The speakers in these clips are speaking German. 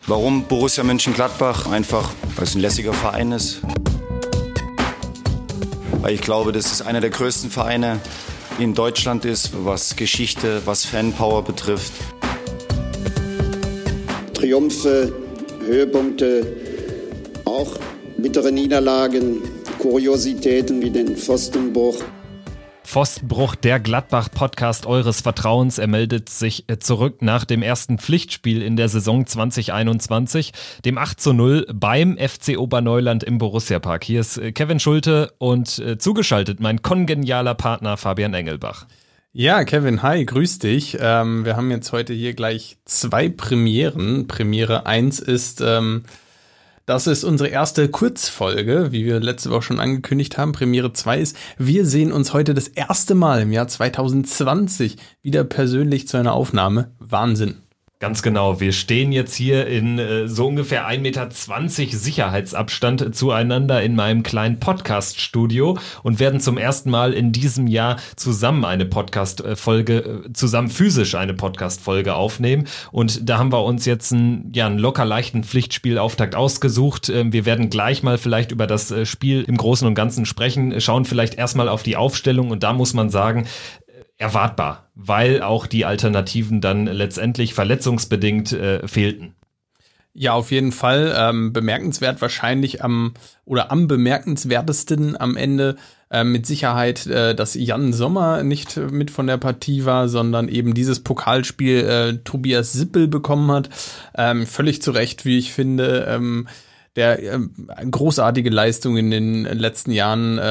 Warum Borussia Mönchengladbach? Einfach, weil es ein lässiger Verein ist. Weil ich glaube, dass es einer der größten Vereine in Deutschland ist, was Geschichte, was Fanpower betrifft. Triumphe, Höhepunkte, auch bittere Niederlagen, Kuriositäten wie den Pfostenbruch. Pfostenbruch, der Gladbach-Podcast eures Vertrauens. Er meldet sich zurück nach dem ersten Pflichtspiel in der Saison 2021, dem 8:0 beim FC Oberneuland im Borussia-Park. Hier ist Kevin Schulte und zugeschaltet mein kongenialer Partner Fabian Engelbach. Ja, Kevin, hi, grüß dich. Wir haben jetzt heute hier gleich 2 Premieren. Premiere 1 ist... Das ist unsere erste Kurzfolge, wie wir letzte Woche schon angekündigt haben. Premiere 2 ist, wir sehen uns heute das erste Mal im Jahr 2020 wieder persönlich zu einer Aufnahme. Wahnsinn. Ganz genau, wir stehen jetzt hier in so ungefähr 1,20 Meter Sicherheitsabstand zueinander in meinem kleinen Podcast-Studio und werden zum ersten Mal in diesem Jahr zusammen eine Podcast-Folge, zusammen physisch eine Podcast-Folge aufnehmen. Und da haben wir uns jetzt einen locker leichten Pflichtspielauftakt ausgesucht. Wir werden gleich mal vielleicht über das Spiel im Großen und Ganzen sprechen, schauen vielleicht erstmal auf die Aufstellung und da muss man sagen, erwartbar, weil auch die Alternativen dann letztendlich verletzungsbedingt fehlten. Ja, auf jeden Fall. Bemerkenswert wahrscheinlich am bemerkenswertesten am Ende mit Sicherheit, dass Jan Sommer nicht mit von der Partie war, sondern eben dieses Pokalspiel Tobias Sippel bekommen hat. Völlig zu Recht, wie ich finde. Der großartige Leistung in den letzten Jahren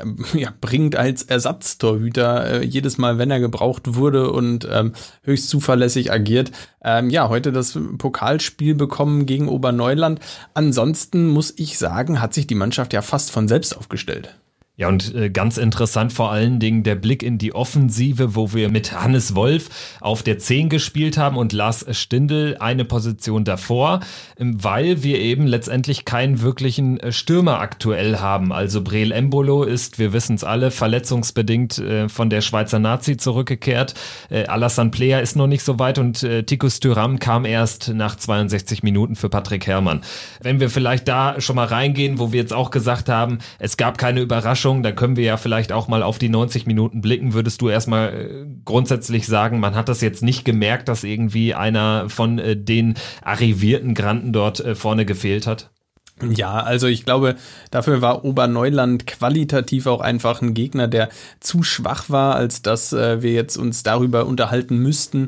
bringt als Ersatztorhüter jedes Mal, wenn er gebraucht wurde und höchst zuverlässig agiert. Heute das Pokalspiel bekommen gegen Oberneuland. Ansonsten muss ich sagen, hat sich die Mannschaft ja fast von selbst aufgestellt. Ja, und ganz interessant vor allen Dingen der Blick in die Offensive, wo wir mit Hannes Wolf auf der 10 gespielt haben und Lars Stindl eine Position davor, weil wir eben letztendlich keinen wirklichen Stürmer aktuell haben. Also Breel Embolo ist, wir wissen es alle, verletzungsbedingt von der Schweizer Nazi zurückgekehrt. Alassane Player ist noch nicht so weit und Tikus Thuram kam erst nach 62 Minuten für Patrick Herrmann. Wenn wir vielleicht da schon mal reingehen, wo wir jetzt auch gesagt haben, es gab keine Überraschung, da können wir ja vielleicht auch mal auf die 90 Minuten blicken. Würdest du erstmal grundsätzlich sagen, man hat das jetzt nicht gemerkt, dass irgendwie einer von den arrivierten Granden dort vorne gefehlt hat? Ja, also ich glaube, dafür war Oberneuland qualitativ auch einfach ein Gegner, der zu schwach war, als dass wir jetzt uns darüber unterhalten müssten,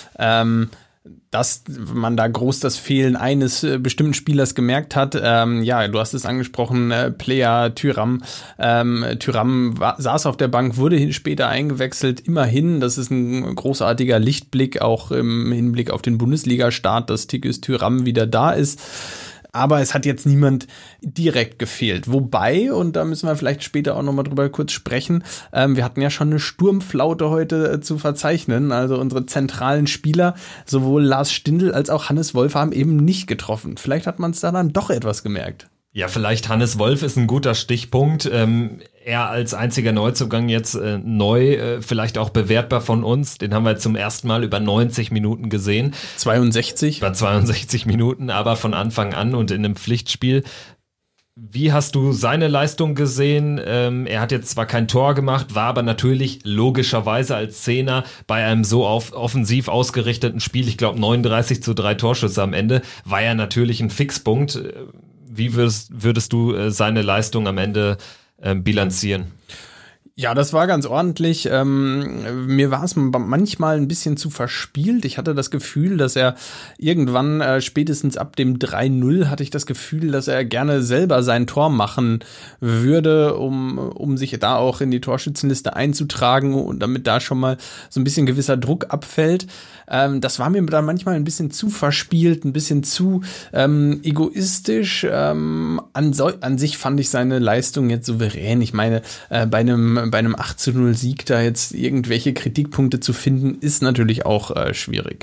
dass man da groß das Fehlen eines bestimmten Spielers gemerkt hat. Du hast es angesprochen, Player, Thuram. Thuram saß auf der Bank, wurde später eingewechselt. Immerhin, das ist ein großartiger Lichtblick, auch im Hinblick auf den Bundesliga-Start, dass Tikus Thuram wieder da ist. Aber es hat jetzt niemand direkt gefehlt. Wobei, und da müssen wir vielleicht später auch nochmal drüber kurz sprechen, wir hatten ja schon eine Sturmflaute heute zu verzeichnen. Also unsere zentralen Spieler, sowohl Lars Stindl als auch Hannes Wolf, haben eben nicht getroffen. Vielleicht hat man es da dann doch etwas gemerkt. Ja, vielleicht Hannes Wolf ist ein guter Stichpunkt. Er als einziger Neuzugang jetzt vielleicht auch bewertbar von uns. Den haben wir zum ersten Mal über 90 Minuten gesehen. 62? Über 62 Minuten, aber von Anfang an und in einem Pflichtspiel. Wie hast du seine Leistung gesehen? Er hat jetzt zwar kein Tor gemacht, war aber natürlich logischerweise als Zehner bei einem so offensiv ausgerichteten Spiel, ich glaube 39:3 Torschüsse am Ende, war er natürlich ein Fixpunkt. Wie würdest du seine Leistung am Ende bilanzieren? Ja, das war ganz ordentlich. Mir war es manchmal ein bisschen zu verspielt. Ich hatte das Gefühl, dass er irgendwann, spätestens ab dem 3:0, hatte ich das Gefühl, dass er gerne selber sein Tor machen würde, um sich da auch in die Torschützenliste einzutragen und damit da schon mal so ein bisschen gewisser Druck abfällt. Das war mir dann manchmal ein bisschen zu verspielt, ein bisschen zu egoistisch. An sich fand ich seine Leistung jetzt souverän. Ich meine, bei einem 8:0 Sieg da jetzt irgendwelche Kritikpunkte zu finden, ist natürlich auch schwierig.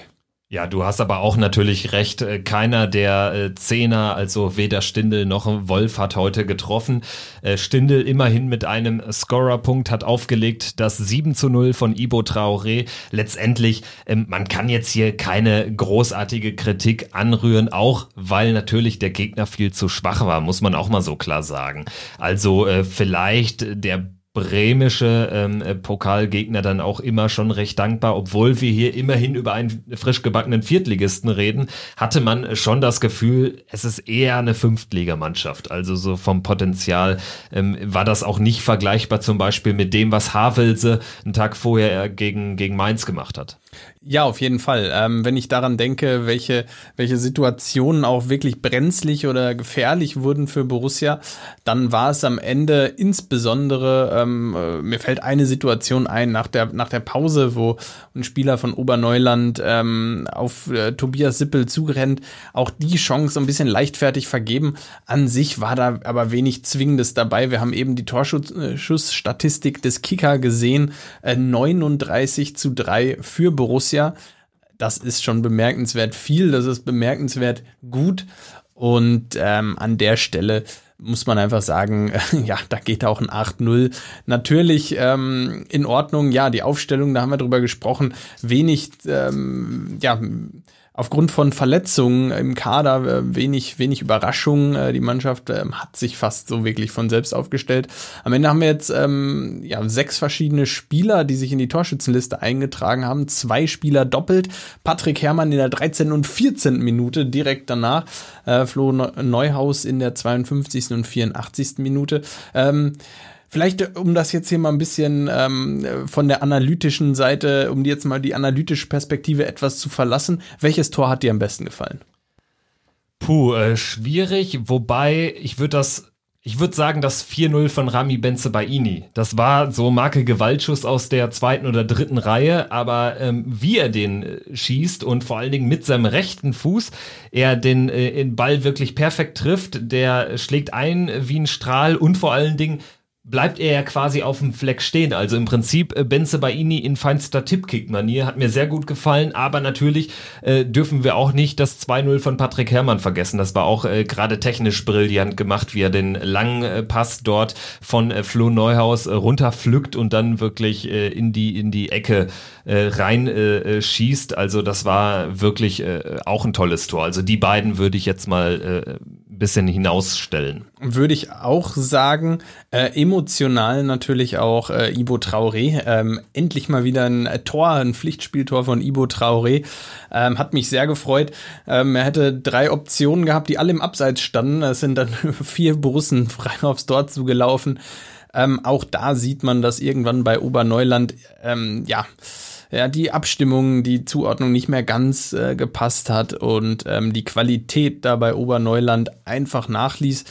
Ja, du hast aber auch natürlich recht. Keiner der Zehner, also weder Stindl noch Wolf, hat heute getroffen. Stindl immerhin mit einem Scorerpunkt hat aufgelegt, das 7:0 von Ibo Traoré. Letztendlich, man kann jetzt hier keine großartige Kritik anrühren, auch weil natürlich der Gegner viel zu schwach war, muss man auch mal so klar sagen. Also vielleicht der bremische Pokalgegner dann auch immer schon recht dankbar, obwohl wir hier immerhin über einen frisch gebackenen Viertligisten reden, hatte man schon das Gefühl, es ist eher eine Fünftligamannschaft. Also so vom Potenzial war das auch nicht vergleichbar zum Beispiel mit dem, was Havelse einen Tag vorher gegen Mainz gemacht hat. Ja, auf jeden Fall. Wenn ich daran denke, welche Situationen auch wirklich brenzlig oder gefährlich wurden für Borussia, dann war es am Ende insbesondere, mir fällt eine Situation ein, nach der Pause, wo ein Spieler von Oberneuland auf Tobias Sippel zurennt, auch die Chance ein bisschen leichtfertig vergeben. An sich war da aber wenig Zwingendes dabei. Wir haben eben die Torschussstatistik des Kicker gesehen, 39:3 für Borussia. Das ist schon bemerkenswert viel, das ist bemerkenswert gut und an der Stelle muss man einfach sagen, ja, da geht auch ein 8:0 natürlich in Ordnung. Ja, die Aufstellung, da haben wir drüber gesprochen, wenig, aufgrund von Verletzungen im Kader wenig Überraschung. Die Mannschaft hat sich fast so wirklich von selbst aufgestellt. Am Ende haben wir jetzt 6 verschiedene Spieler, die sich in die Torschützenliste eingetragen haben. 2 Spieler doppelt. Patrick Herrmann in der 13. und 14. Minute direkt danach. Flo Neuhaus in der 52. und 84. Minute. Vielleicht, um das jetzt hier mal ein bisschen von der analytischen Seite, um jetzt mal die analytische Perspektive etwas zu verlassen, welches Tor hat dir am besten gefallen? Schwierig, wobei ich würde sagen, das 4:0 von Rami Bensebaini. Das war so Marke Gewaltschuss aus der 2. oder 3. Reihe, aber wie er den schießt und vor allen Dingen mit seinem rechten Fuß, er den Ball wirklich perfekt trifft, der schlägt ein wie ein Strahl und vor allen Dingen bleibt er ja quasi auf dem Fleck stehen. Also im Prinzip Bensebaini in feinster Tippkick-Manier, hat mir sehr gut gefallen, aber natürlich dürfen wir auch nicht das 2:0 von Patrick Herrmann vergessen. Das war auch gerade technisch brillant gemacht, wie er den langen Pass dort von Flo Neuhaus runterpflückt und dann wirklich in die Ecke rein schießt. Also das war wirklich auch ein tolles Tor. Also die beiden würde ich jetzt mal bisschen hinausstellen. Würde ich auch sagen, emotional natürlich auch Ibo Traoré. Endlich mal wieder ein Pflichtspieltor von Ibo Traoré. Hat mich sehr gefreut. Er hätte 3 Optionen gehabt, die alle im Abseits standen. Es sind dann 4 Borussen frei aufs Tor zugelaufen. Auch da sieht man, dass irgendwann bei Oberneuland die Abstimmung, die Zuordnung nicht mehr ganz gepasst hat und die Qualität da bei Oberneuland einfach nachließ.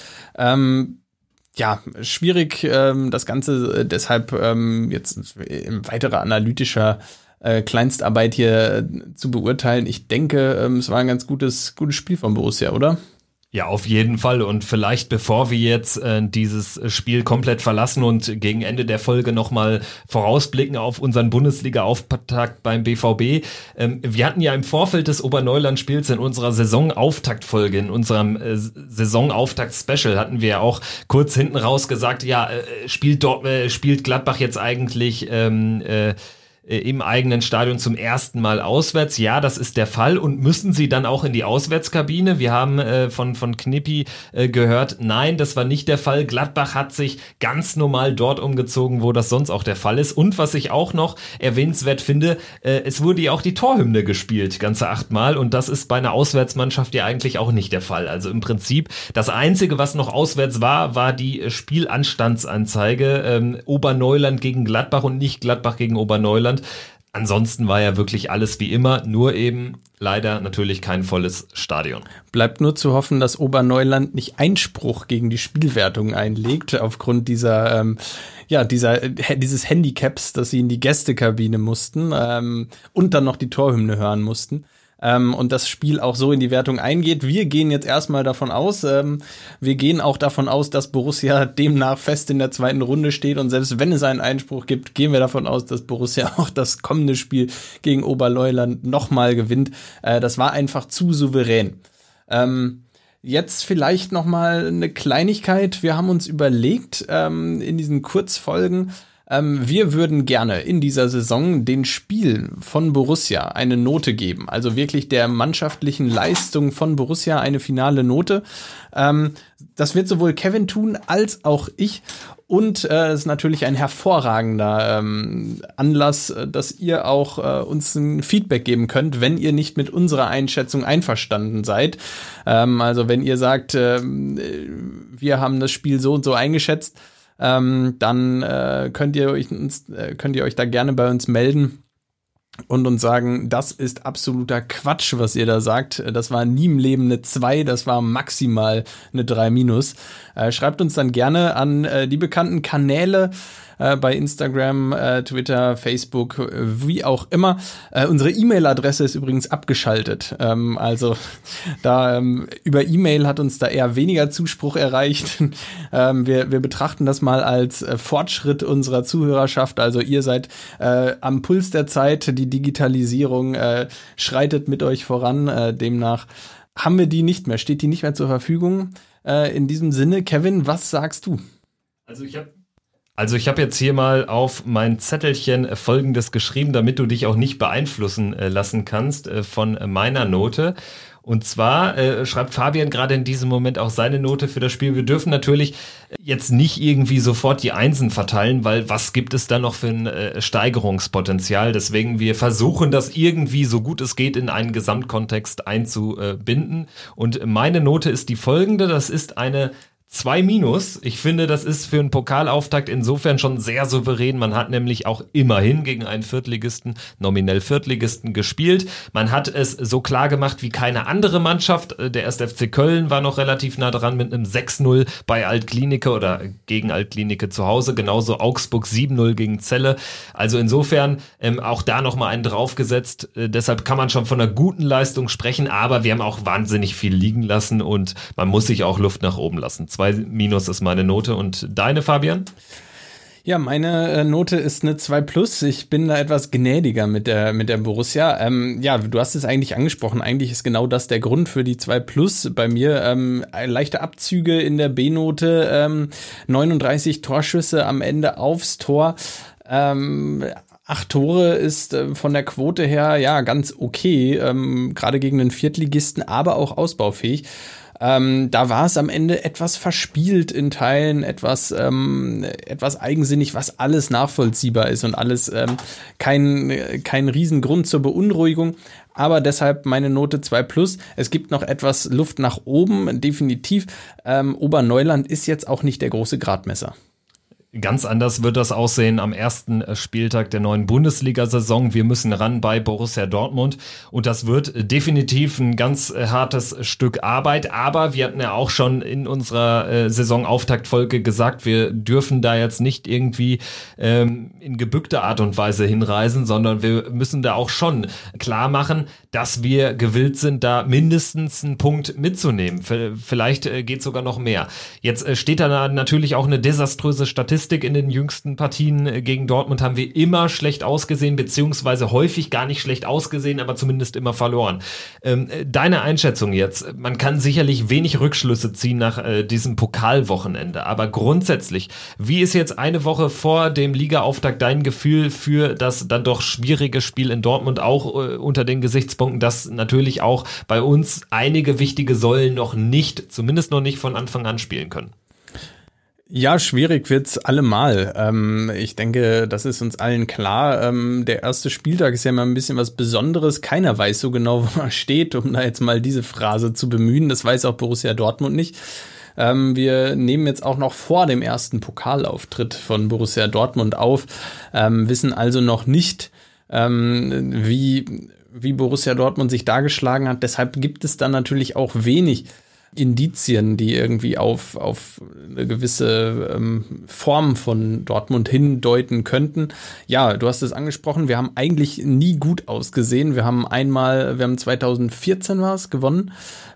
Schwierig das Ganze deshalb jetzt in weiterer analytischer Kleinstarbeit hier zu beurteilen. Ich denke, es war ein ganz gutes Spiel von Borussia, oder? Ja, auf jeden Fall. Und vielleicht, bevor wir jetzt dieses Spiel komplett verlassen und gegen Ende der Folge nochmal vorausblicken auf unseren Bundesliga-Auftakt beim BVB. Wir hatten ja im Vorfeld des Oberneuland-Spiels in unserer Saisonauftaktfolge, in unserem Saisonauftakt-Special hatten wir ja auch kurz hinten raus gesagt, spielt Gladbach jetzt eigentlich im eigenen Stadion zum ersten Mal auswärts. Ja, das ist der Fall. Und müssen sie dann auch in die Auswärtskabine? Wir haben von Knippi gehört, nein, das war nicht der Fall. Gladbach hat sich ganz normal dort umgezogen, wo das sonst auch der Fall ist. Und was ich auch noch erwähnenswert finde, es wurde ja auch die Torhymne gespielt, ganze 8 Mal. Und das ist bei einer Auswärtsmannschaft ja eigentlich auch nicht der Fall. Also im Prinzip, das Einzige, was noch auswärts war die Spielanstandsanzeige. Oberneuland gegen Gladbach und nicht Gladbach gegen Oberneuland. Ansonsten war ja wirklich alles wie immer, nur eben leider natürlich kein volles Stadion. Bleibt nur zu hoffen, dass Oberneuland nicht Einspruch gegen die Spielwertung einlegt, aufgrund dieses Handicaps, dass sie in die Gästekabine mussten und dann noch die Torhymne hören mussten. und das Spiel auch so in die Wertung eingeht. Wir gehen jetzt erstmal davon aus, wir gehen auch davon aus, dass Borussia demnach fest in der zweiten Runde steht und selbst wenn es einen Einspruch gibt, gehen wir davon aus, dass Borussia auch das kommende Spiel gegen Oberleuland nochmal gewinnt. Das war einfach zu souverän. Jetzt vielleicht nochmal eine Kleinigkeit. Wir haben uns überlegt, in diesen Kurzfolgen, wir würden gerne in dieser Saison den Spielen von Borussia eine Note geben. Also wirklich der mannschaftlichen Leistung von Borussia eine finale Note. Das wird sowohl Kevin tun als auch ich. Und es ist natürlich ein hervorragender Anlass, dass ihr auch uns ein Feedback geben könnt, wenn ihr nicht mit unserer Einschätzung einverstanden seid. Also wenn ihr sagt, wir haben das Spiel so und so eingeschätzt, dann könnt ihr euch da gerne bei uns melden und uns sagen, das ist absoluter Quatsch, was ihr da sagt. Das war nie im Leben eine 2, das war maximal eine 3-. Schreibt uns dann gerne an die bekannten Kanäle bei Instagram, Twitter, Facebook, wie auch immer. Unsere E-Mail-Adresse ist übrigens abgeschaltet. Also da über E-Mail hat uns da eher weniger Zuspruch erreicht. Wir betrachten das mal als Fortschritt unserer Zuhörerschaft. Also ihr seid am Puls der Zeit. Die Digitalisierung schreitet mit euch voran. Demnach haben wir die nicht mehr, steht die nicht mehr zur Verfügung. In diesem Sinne, Kevin, was sagst du? Also ich habe jetzt hier mal auf mein Zettelchen Folgendes geschrieben, damit du dich auch nicht beeinflussen lassen kannst von meiner Note. Und zwar schreibt Fabian gerade in diesem Moment auch seine Note für das Spiel. Wir dürfen natürlich jetzt nicht irgendwie sofort die Einsen verteilen, weil was gibt es da noch für ein Steigerungspotenzial? Deswegen wir versuchen das irgendwie so gut es geht in einen Gesamtkontext einzubinden. Und meine Note ist die folgende, das ist eine 2-. Ich finde, das ist für einen Pokalauftakt insofern schon sehr souverän. Man hat nämlich auch immerhin gegen einen Viertligisten, nominell Viertligisten gespielt. Man hat es so klar gemacht wie keine andere Mannschaft. Der 1. FC Köln war noch relativ nah dran mit einem 6-0 bei Altklinike oder gegen Altklinike zu Hause. Genauso Augsburg 7-0 gegen Celle. Also insofern auch da nochmal einen draufgesetzt. Deshalb kann man schon von einer guten Leistung sprechen, aber wir haben auch wahnsinnig viel liegen lassen und man muss sich auch Luft nach oben lassen. 2- ist meine Note. Und deine, Fabian? Ja, meine Note ist eine 2+. Ich bin da etwas gnädiger mit der Borussia. Ja, du hast es eigentlich angesprochen. Eigentlich ist genau das der Grund für die 2+ bei mir. Leichte Abzüge in der B-Note, 39 Torschüsse am Ende aufs Tor. 8 Tore ist von der Quote her ja ganz okay, gerade gegen den Viertligisten, aber auch ausbaufähig. Da war es am Ende etwas verspielt in Teilen, etwas eigensinnig, was alles nachvollziehbar ist und alles kein Riesengrund zur Beunruhigung. Aber deshalb meine Note 2+. Es gibt noch etwas Luft nach oben, definitiv. Oberneuland ist jetzt auch nicht der große Gradmesser. Ganz anders wird das aussehen am ersten Spieltag der neuen Bundesliga-Saison. Wir müssen ran bei Borussia Dortmund und das wird definitiv ein ganz hartes Stück Arbeit. Aber wir hatten ja auch schon in unserer Saisonauftaktfolge gesagt, wir dürfen da jetzt nicht irgendwie in gebückter Art und Weise hinreisen, sondern wir müssen da auch schon klar machen, dass wir gewillt sind, da mindestens einen Punkt mitzunehmen. Vielleicht geht sogar noch mehr. Jetzt steht da natürlich auch eine desaströse Statistik. In den jüngsten Partien gegen Dortmund haben wir immer schlecht ausgesehen, beziehungsweise häufig gar nicht schlecht ausgesehen, aber zumindest immer verloren. Deine Einschätzung jetzt, man kann sicherlich wenig Rückschlüsse ziehen nach diesem Pokalwochenende, aber grundsätzlich, wie ist jetzt eine Woche vor dem Ligaauftakt dein Gefühl für das dann doch schwierige Spiel in Dortmund, auch unter den Gesichtspunkten, dass natürlich auch bei uns einige wichtige Säulen zumindest noch nicht von Anfang an spielen können? Ja, schwierig wird's allemal. Ich denke, das ist uns allen klar. Der erste Spieltag ist ja mal ein bisschen was Besonderes. Keiner weiß so genau, wo man steht, um da jetzt mal diese Phrase zu bemühen. Das weiß auch Borussia Dortmund nicht. Wir nehmen jetzt auch noch vor dem ersten Pokalauftritt von Borussia Dortmund auf, wissen also noch nicht, wie Borussia Dortmund sich dargeschlagen hat. Deshalb gibt es dann natürlich auch wenig Indizien, die irgendwie auf eine gewisse Form von Dortmund hindeuten könnten. Ja, du hast es angesprochen, wir haben eigentlich nie gut ausgesehen. Wir haben 2014 war es gewonnen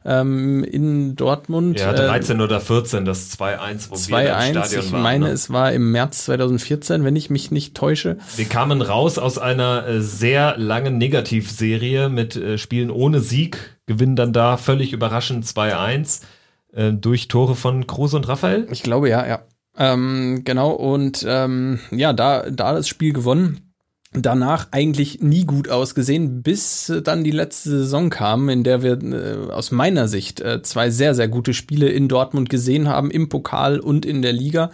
in Dortmund. Ja, 13 oder 14, das 2-1, wo wir im Stadion waren. Ich meine, es war im März 2014, wenn ich mich nicht täusche. Wir kamen raus aus einer sehr langen Negativserie mit Spielen ohne Sieg, gewinnen dann da völlig überraschend 2-1 durch Tore von Kruse und Raphael. Ich glaube, ja. Genau, und da das Spiel gewonnen. Danach eigentlich nie gut ausgesehen, bis dann die letzte Saison kam, in der wir aus meiner Sicht 2 sehr, sehr gute Spiele in Dortmund gesehen haben, im Pokal und in der Liga.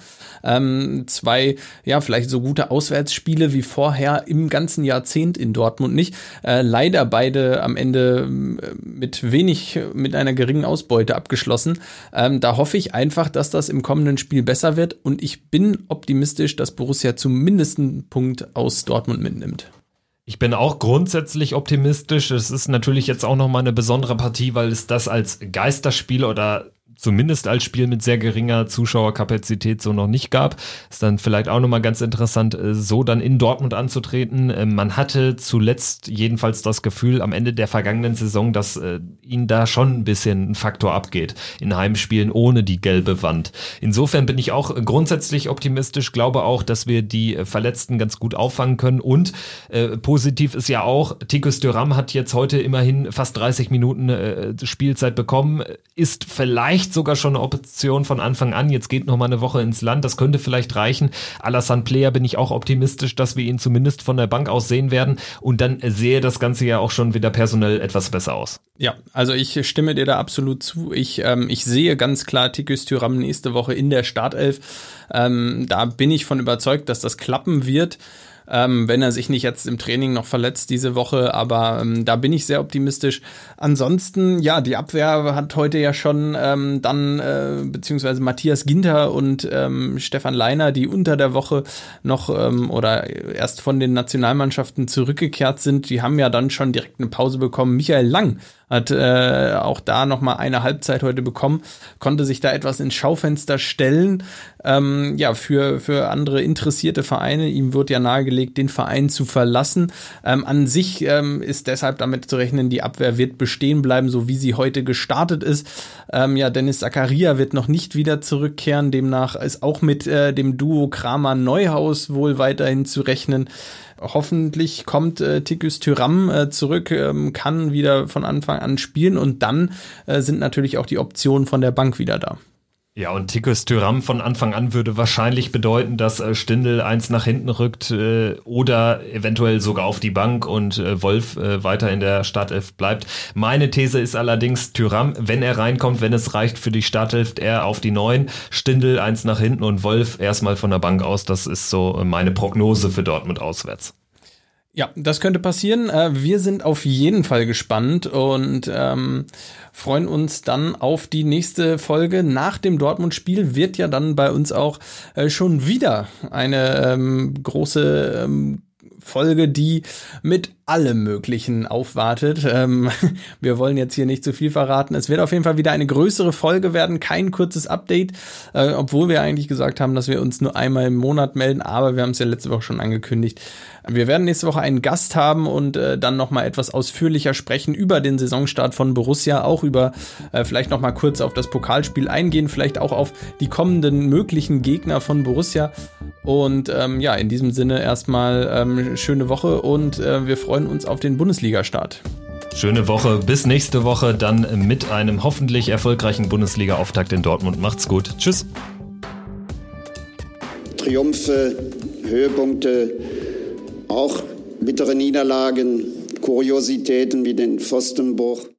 2, vielleicht so gute Auswärtsspiele wie vorher im ganzen Jahrzehnt in Dortmund nicht. Leider beide am Ende mit einer geringen Ausbeute abgeschlossen. Da hoffe ich einfach, dass das im kommenden Spiel besser wird und ich bin optimistisch, dass Borussia zumindest einen Punkt aus Dortmund mitnimmt. Ich bin auch grundsätzlich optimistisch. Es ist natürlich jetzt auch nochmal eine besondere Partie, weil es das als Geisterspiel oder zumindest als Spiel mit sehr geringer Zuschauerkapazität so noch nicht gab. Ist dann vielleicht auch nochmal ganz interessant, so dann in Dortmund anzutreten. Man hatte zuletzt jedenfalls das Gefühl am Ende der vergangenen Saison, dass ihnen da schon ein bisschen ein Faktor abgeht in Heimspielen ohne die gelbe Wand. Insofern bin ich auch grundsätzlich optimistisch, glaube auch, dass wir die Verletzten ganz gut auffangen können und positiv ist ja auch, Tikus Thuram hat jetzt heute immerhin fast 30 Minuten Spielzeit bekommen, ist vielleicht sogar schon eine Option von Anfang an. Jetzt geht noch mal eine Woche ins Land. Das könnte vielleicht reichen. Alassane Player bin ich auch optimistisch, dass wir ihn zumindest von der Bank aus sehen werden. Und dann sehe das Ganze ja auch schon wieder personell etwas besser aus. Ja, also ich stimme dir da absolut zu. Ich sehe ganz klar Tikus Thuram nächste Woche in der Startelf. Da bin ich von überzeugt, dass das klappen wird. Wenn er sich nicht jetzt im Training noch verletzt diese Woche, aber da bin ich sehr optimistisch. Ansonsten, ja, die Abwehr hat heute ja schon beziehungsweise Matthias Ginter und Stefan Leiner, die unter der Woche noch oder erst von den Nationalmannschaften zurückgekehrt sind, die haben ja dann schon direkt eine Pause bekommen. Michael Lang hat auch da nochmal eine Halbzeit heute bekommen, konnte sich da etwas ins Schaufenster stellen, für andere interessierte Vereine. Ihm wird ja nahegelegt, den Verein zu verlassen. An sich ist deshalb damit zu rechnen, die Abwehr wird bestehen bleiben, so wie sie heute gestartet ist. Dennis Zakaria wird noch nicht wieder zurückkehren, demnach ist auch mit dem Duo Kramer-Neuhaus wohl weiterhin zu rechnen. Hoffentlich kommt Tikus Thuram zurück, kann wieder von Anfang an spielen und dann sind natürlich auch die Optionen von der Bank wieder da. Ja, und Tikus Thuram von Anfang an würde wahrscheinlich bedeuten, dass Stindl 1 nach hinten rückt oder eventuell sogar auf die Bank und Wolf weiter in der Startelf bleibt. Meine These ist allerdings, Thuram, wenn er reinkommt, wenn es reicht für die Startelf, er auf die 9, Stindl 1 nach hinten und Wolf erstmal von der Bank aus. Das ist so meine Prognose für Dortmund auswärts. Ja, das könnte passieren. Wir sind auf jeden Fall gespannt und freuen uns dann auf die nächste Folge. Nach dem Dortmund-Spiel wird ja dann bei uns auch schon wieder eine große Folge, die mit allem Möglichen aufwartet. Wir wollen jetzt hier nicht zu viel verraten. Es wird auf jeden Fall wieder eine größere Folge werden, kein kurzes Update, obwohl wir eigentlich gesagt haben, dass wir uns nur einmal im Monat melden, aber wir haben es ja letzte Woche schon angekündigt. Wir werden nächste Woche einen Gast haben und dann nochmal etwas ausführlicher sprechen über den Saisonstart von Borussia, auch über vielleicht nochmal kurz auf das Pokalspiel eingehen, vielleicht auch auf die kommenden möglichen Gegner von Borussia. Und in diesem Sinne erstmal schöne Woche und wir freuen uns auf den Bundesliga-Start. Schöne Woche, bis nächste Woche, dann mit einem hoffentlich erfolgreichen Bundesliga-Auftakt in Dortmund. Macht's gut, tschüss. Triumphe, Höhepunkte, auch bittere Niederlagen, Kuriositäten wie den Pfostenbruch.